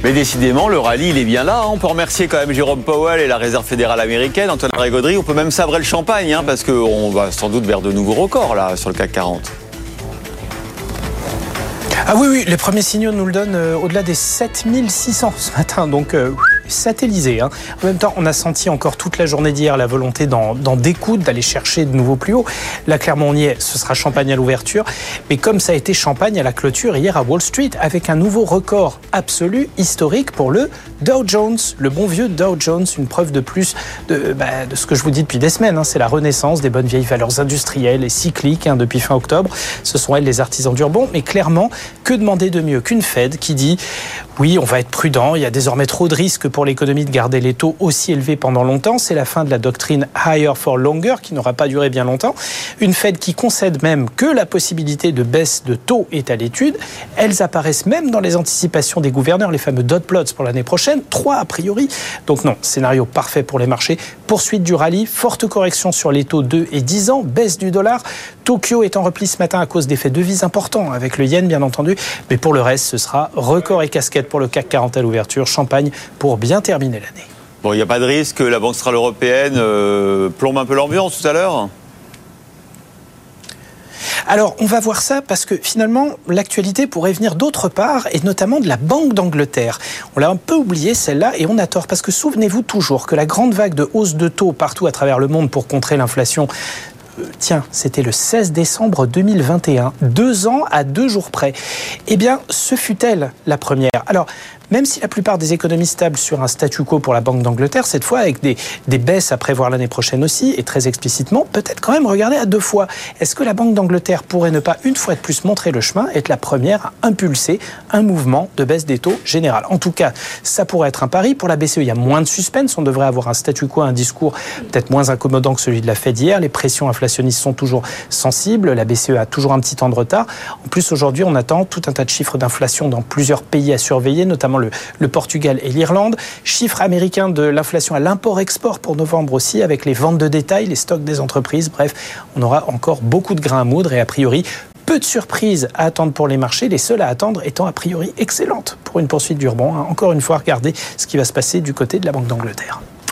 Mais décidément, le rallye, il est bien là. On peut remercier quand même Jérôme Powell et la Réserve fédérale américaine, Antoine Raygaudry. On peut même sabrer le champagne, parce qu'on va sans doute vers de nouveaux records là sur le CAC 40. Ah oui, les premiers signaux nous le donnent au-delà des 7600 ce matin, donc satellisé. En même temps, on a senti encore toute la journée d'hier la volonté d'en découdre, d'aller chercher de nouveaux plus hauts. Là, clairement, on y est, ce sera champagne à l'ouverture, mais comme ça a été champagne à la clôture hier à Wall Street, avec un nouveau record absolu, historique pour le Dow Jones, le bon vieux Dow Jones, une preuve de plus de ce que je vous dis depuis des semaines, c'est la renaissance des bonnes vieilles valeurs industrielles et cycliques depuis fin octobre. Ce sont elles les artisans du rebond, mais clairement, que demander de mieux qu'une Fed qui dit oui, on va être prudent, il y a désormais trop de risques pour l'économie de garder les taux aussi élevés pendant longtemps. C'est la fin de la doctrine higher for longer qui n'aura pas duré bien longtemps. Une Fed qui concède même que la possibilité de baisse de taux est à l'étude. Elles apparaissent même dans les anticipations des gouverneurs, les fameux dot plots pour l'année prochaine, 3 a priori. Donc non, scénario parfait pour les marchés. Poursuite du rallye, forte correction sur les taux 2 et 10 ans, baisse du dollar. Tokyo est en repli ce matin à cause d'effets devises importants, avec le yen bien entendu. Mais pour le reste, ce sera record et casquette pour le CAC 40 à l'ouverture. Champagne pour bien terminer l'année. Bon, il n'y a pas de risque que la Banque centrale européenne plombe un peu l'ambiance tout à l'heure ? Alors, on va voir ça parce que finalement, l'actualité pourrait venir d'autre part et notamment de la Banque d'Angleterre. On l'a un peu oublié celle-là et on a tort parce que souvenez-vous toujours que la grande vague de hausse de taux partout à travers le monde pour contrer l'inflation, c'était le 16 décembre 2021, 2 ans à 2 jours près. Eh bien, ce fut elle la première. Alors, même si la plupart des économistes tablent sur un statu quo pour la Banque d'Angleterre, cette fois avec des baisses à prévoir l'année prochaine aussi, et très explicitement, peut-être quand même regarder à 2 fois. Est-ce que la Banque d'Angleterre pourrait ne pas, une fois de plus, montrer le chemin, être la première à impulser un mouvement de baisse des taux général ? En tout cas, ça pourrait être un pari. Pour la BCE, il y a moins de suspense. On devrait avoir un statu quo, un discours peut-être moins incommodant que celui de la Fed hier. Les pressions inflationnistes sont toujours sensibles. La BCE a toujours un petit temps de retard. En plus, aujourd'hui, on attend tout un tas de chiffres d'inflation dans plusieurs pays à surveiller, notamment le Portugal et l'Irlande. Chiffre américain de l'inflation à l'import-export pour novembre aussi, avec les ventes de détail, les stocks des entreprises. Bref, on aura encore beaucoup de grains à moudre et a priori, peu de surprises à attendre pour les marchés. Les seules à attendre étant a priori excellentes pour une poursuite du rebond. Encore une fois, regardez ce qui va se passer du côté de la Banque d'Angleterre.